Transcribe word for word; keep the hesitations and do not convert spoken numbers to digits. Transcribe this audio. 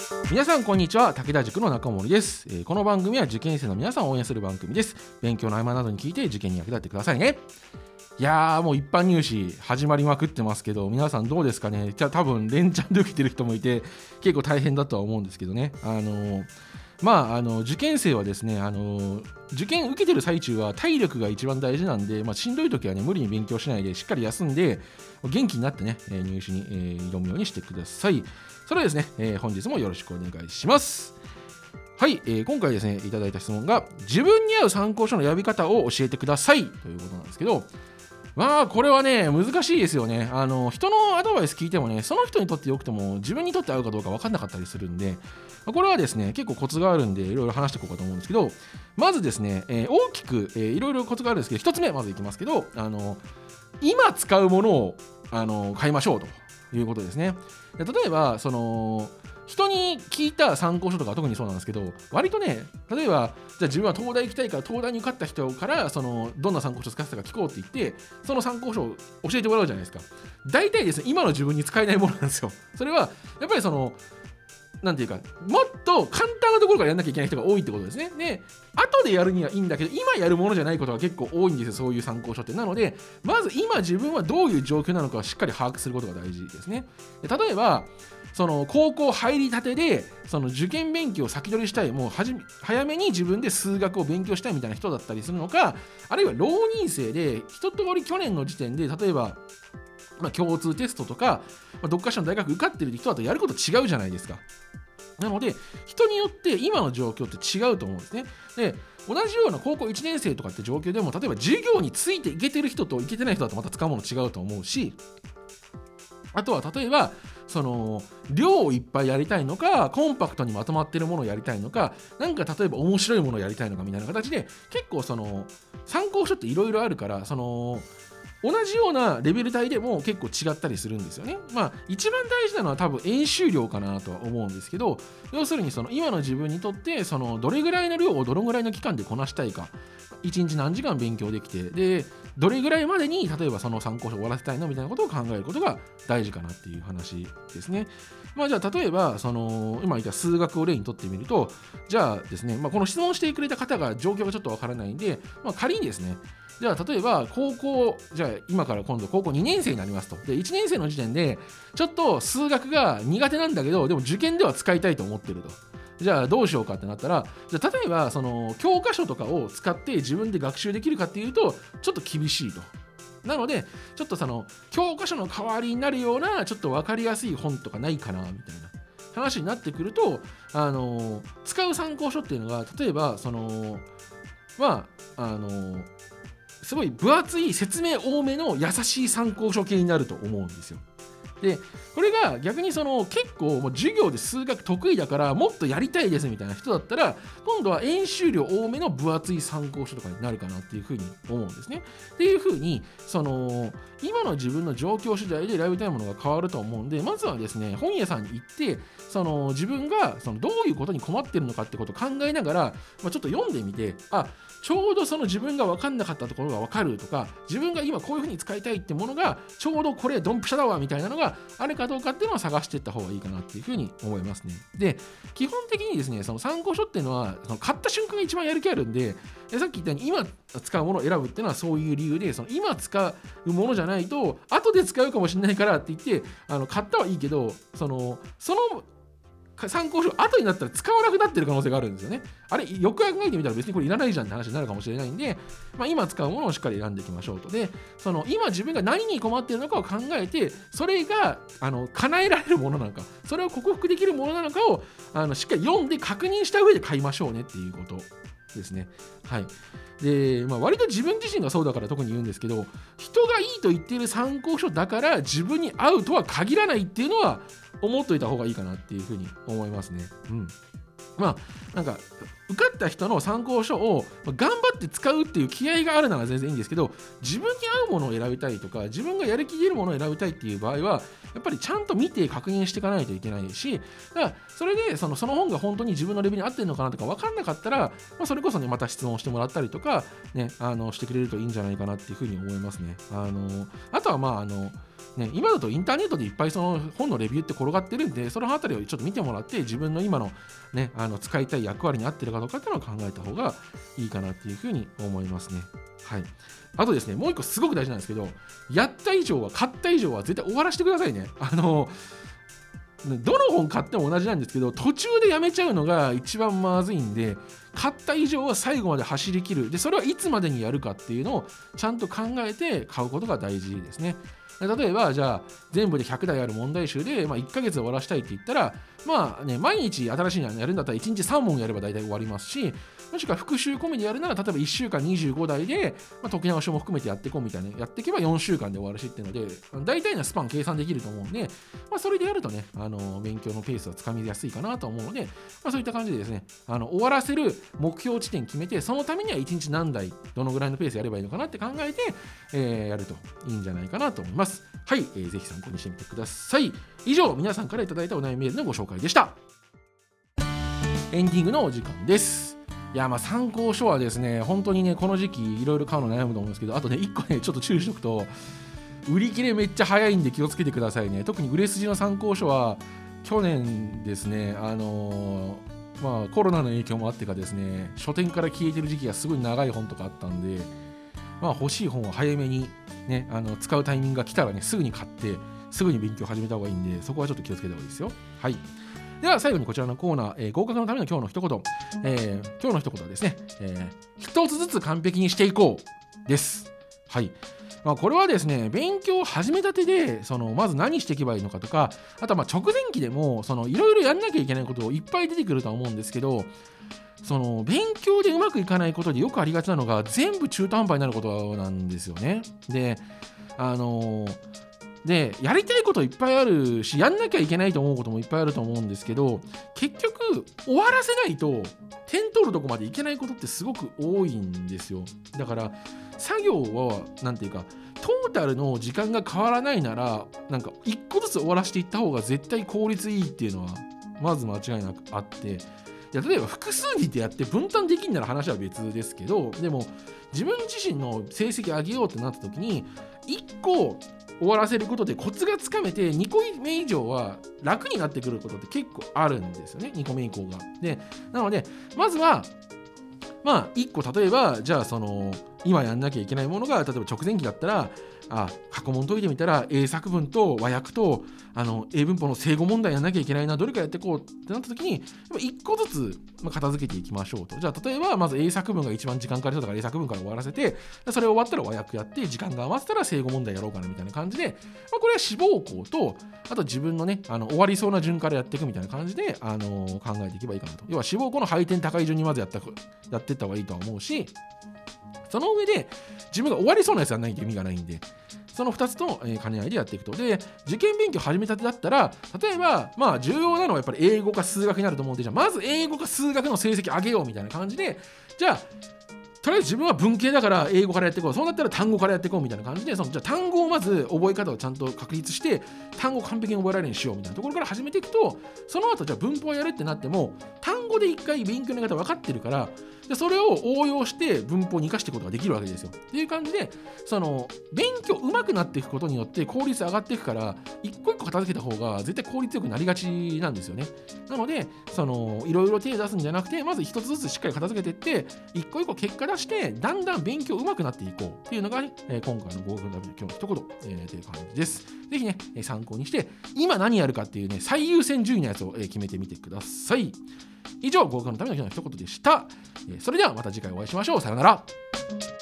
皆さんこんにちは、武田塾の中森です。えー、この番組は受験生の皆さんを応援する番組です。勉強の合間などに聞いて受験に役立ってくださいね。いやーもう一般入試始まりまくってますけど、皆さんどうですかね。じゃあ多分連チャンで受けてる人もいて結構大変だとは思うんですけどね。あのーまあ、あの受験生はですね、あの受験受けてる最中は体力が一番大事なんで、まあ、しんどい時はね無理に勉強しないでしっかり休んで元気になってね入試に、えー、挑むようにしてください。それではですね、えー、本日もよろしくお願いします。はい、えー、今回ですねいただいた質問が、自分に合う参考書の選び方を教えてくださいということなんですけど、まあこれはね難しいですよね。あの人のアドバイス聞いてもね、その人にとってよくても自分にとって合うかどうか分かんなかったりするんで、これはですね結構コツがあるんでいろいろ話していこうかと思うんですけど、まずですね、えー、大きく、えー、いろいろコツがあるんですけど、一つ目まずいきますけど、あの今使うものをあの買いましょうということですね。で例えばその人に聞いた参考書とかは特にそうなんですけど、割とね、例えばじゃあ自分は東大行きたいから東大に受かった人からそのどんな参考書使ってたか聞こうって言って、その参考書を教えてもらうじゃないですか。大体ですね今の自分に使えないものなんですよ。それはやっぱりそのなんていうか、もっと簡単なところからやんなきゃいけない人が多いってことですね。で、後でやるにはいいんだけど、今やるものじゃないことが結構多いんですよ、そういう参考書って。なので、まず今自分はどういう状況なのかをしっかり把握することが大事ですね。で例えば、その高校入りたてで、その受験勉強を先取りしたい、もうはじ早めに自分で数学を勉強したいみたいな人だったりするのか、あるいは浪人生で、一通り去年の時点で、例えば、まあ、共通テストとか、まあ、どっかしらの大学受かってる人だとやること違うじゃないですか。なので人によって今の状況って違うと思うんですね。で同じような高校いちねん生とかって状況でも、例えば授業についていけてる人といけてない人だとまた使うもの違うと思うし、あとは例えばその量をいっぱいやりたいのか、コンパクトにまとまってるものをやりたいのか、なんか例えば面白いものをやりたいのかみたいな形で、結構その参考書っていろいろあるから、その同じようなレベル帯でも結構違ったりするんですよね。まあ一番大事なのは多分演習量かなとは思うんですけど、要するにその今の自分にとってそのどれぐらいの量をどのぐらいの期間でこなしたいか、いちにち何時間勉強できて、でどれぐらいまでに例えばその参考書を終わらせたいのみたいなことを考えることが大事かなっていう話ですね。まあじゃあ例えばその今言った数学を例にとってみると、じゃあですね、まあ、この質問してくれた方が状況がちょっとわからないんで、まあ、仮にですね、じゃあ例えば高校、じゃあ今から今度高校にねん生になりますと。でいちねん生の時点でちょっと数学が苦手なんだけど、でも受験では使いたいと思ってると。じゃあどうしようかってなったら、じゃあ例えばその教科書とかを使って自分で学習できるかっていうとちょっと厳しいと。なのでちょっとその教科書の代わりになるようなちょっと分かりやすい本とかないかなみたいな話になってくると、あの使う参考書っていうのが、例えばそのまああのすごい分厚い説明多めの優しい参考書系になると思うんですよ。でこれが逆にその結構もう授業で数学得意だからもっとやりたいですみたいな人だったら、今度は演習量多めの分厚い参考書とかになるかなっていうふうに思うんですね。っていうふうにその今の自分の状況次第で選びたいものが変わると思うんで、まずはですね本屋さんに行ってその自分がそのどういうことに困ってるのかってことを考えながら、まあ、ちょっと読んでみて、あちょうどその自分が分かんなかったところが分かるとか、自分が今こういうふうに使いたいってものがちょうどこれドンピシャだわみたいなのがあるかどうかっていうのを探していった方がいいかなっていうふうに思いますね。で基本的にですねその参考書っていうのはその買った瞬間が一番やる気あるんで、さっき言ったように今使うものを選ぶっていうのはそういう理由で、その今使うものじゃないと後で使うかもしれないからって言ってあの買ったはいいけど、そのその参考書後になったら使わなくなってる可能性があるんですよね。あれよく考えてみたら別にこれいらないじゃんって話になるかもしれないんで、まあ、今使うものをしっかり選んでいきましょうと。でその今自分が何に困っているのかを考えて、それがあの叶えられるものなのか、それを克服できるものなのかをあのしっかり読んで確認した上で買いましょうねっていうことですね。はい。で、まあ、割と自分自身がそうだから特に言うんですけど、人がいいと言っている参考書だから自分に合うとは限らないっていうのは思っといた方がいいかなっていうふうに思いますね。うん。まあなんか受かった人の参考書を頑張って使うっていう気合があるなら全然いいんですけど、自分に合うものを選びたいとか自分がやる気出るものを選びたいっていう場合はやっぱりちゃんと見て確認していかないといけないし、だからそれでそのその本が本当に自分のレベルに合ってるのかなとか分かんなかったら、まあ、それこそねまた質問してもらったりとか、ね、あのしてくれるといいんじゃないかなっていうふうに思いますね。あのあとはまああのね、今だとインターネットでいっぱいその本のレビューって転がってるんで、そのあたりをちょっと見てもらって自分の今の、ね、あの使いたい役割に合ってるかどうかっていうのを考えた方がいいかなっていうふうに思いますね。はい。あとですね、もう一個すごく大事なんですけど、やった以上は買った以上は絶対終わらせてくださいね。あのどの本買っても同じなんですけど、途中でやめちゃうのが一番まずいんで、買った以上は最後まで走り切る。でそれはいつまでにやるかっていうのをちゃんと考えて買うことが大事ですね。例えばじゃあ全部でひゃくだいある問題集で、まあ、いっかげつで終わらせたいって言ったら、まあね、毎日新しいのやるんだったらいちにちさん問やれば大体終わりますし、もしくは復習込みでやるなら例えばいっしゅうかんにじゅうごだいで、まあ、解き直しも含めてやっていこうみたいなやっていけばよんしゅうかんで終わるしっていうので、大体のスパン計算できると思うんで、まあ、それでやるとね、あの勉強のペースはつかみやすいかなと思うので、まあ、そういった感じでですね、あの終わらせる目標地点決めて、そのためにはいちにち何台どのぐらいのペースやればいいのかなって考えて、えー、やるといいんじゃないかなと思います。はい、えー、ぜひ参考にしてみてください。以上、皆さんからいただいたお悩みメールのご紹介でした。エンディングのお時間です。いや、まあ参考書はですね、本当にね、この時期いろいろ買うの悩むと思うんですけど、あとね、いっこね、ちょっと注意しておくと、売り切れめっちゃ早いんで気をつけてくださいね。特に売れ筋の参考書は、去年ですね、あのー、まあコロナの影響もあってかですね、書店から消えてる時期がすごい長い本とかあったんで、まあ欲しい本は早めにね、あの使うタイミングが来たらね、すぐに買って、すぐに勉強始めた方がいいんで、そこはちょっと気をつけた方がいいですよ。はい。では最後にこちらのコーナー、えー、合格のための今日の一言、えー、今日の一言はですね、えー、一つずつ完璧にしていこうです。はい。まあ、これはですね、勉強を始めたてでそのまず何していけばいいのかとか、あとはまあ直前期でもいろいろやんなきゃいけないことをいっぱい出てくるとは思うんですけど、その勉強でうまくいかないことでよくありがちなのが全部中途半端になることなんですよね。で、あのーでやりたいこといっぱいあるし、やんなきゃいけないと思うこともいっぱいあると思うんですけど、結局終わらせないと点取るとこまでいけないことってすごく多いんですよ。だから作業はなんていうか、トータルの時間が変わらないなら、なんか一個ずつ終わらせていった方が絶対効率いいっていうのはまず間違いなくあって、いや例えば複数人でやって分担できんなら話は別ですけど、でも自分自身の成績上げようってなった時にいっこ終わらせることでコツがつかめてにこめ以上は楽になってくることって結構あるんですよね。にこめ以降が。で、なのでまずはまあいっこ、例えばじゃあその今やんなきゃいけないものが、例えば直前期だったら、あ過去問解いてみたら英作文と和訳とあの英文法の正誤問題やんなきゃいけないな、どれかやっていこうってなった時にいっこずつ片付けていきましょうと。じゃあ例えばまず英作文が一番時間かかりそうだから英作文から終わらせて、それ終わったら和訳やって、時間が余ってたら正誤問題やろうかなみたいな感じで、まあ、これは志望校とあと自分のね、あの終わりそうな順からやっていくみたいな感じで、あのー、考えていけばいいかなと。要は志望校の配点高い順にまずやったやっていった方がいいとは思うし、その上で自分が終わりそうなやつやらないと意味がないんで、そのふたつと、えー、兼ね合いでやっていくと。で、受験勉強始めたてだったら、例えばまあ重要なのはやっぱり英語か数学になると思うんで、じゃあまず英語か数学の成績上げようみたいな感じで、じゃあとりあえず自分は文系だから英語からやっていこう、そうなったら単語からやっていこうみたいな感じで、そのじゃあ単語をまず覚え方をちゃんと確立して単語を完璧に覚えられるようにしようみたいなところから始めていくと、その後じゃあ文法をやるってなっても単語で一回勉強の仕方分かってるから、でそれを応用して文法に生かしていくことができるわけですよっていう感じで、その勉強上手くなっていくことによって効率上がっていくから、一個一個片付けた方が絶対効率よくなりがちなんですよね。なのでそのいろいろ手出すんじゃなくて、まず一つずつしっかり片付けていって、一個一個結果出してだんだん勉強上手くなっていこうっていうのが、ね、えー、今回の合格のための今日の一言、えー、という感じです。ぜひね参考にして今何やるかっていうね最優先順位のやつを、えー、決めてみてください。以上、合格のための今日の一言でした。えー、それではまた次回お会いしましょう。さようなら。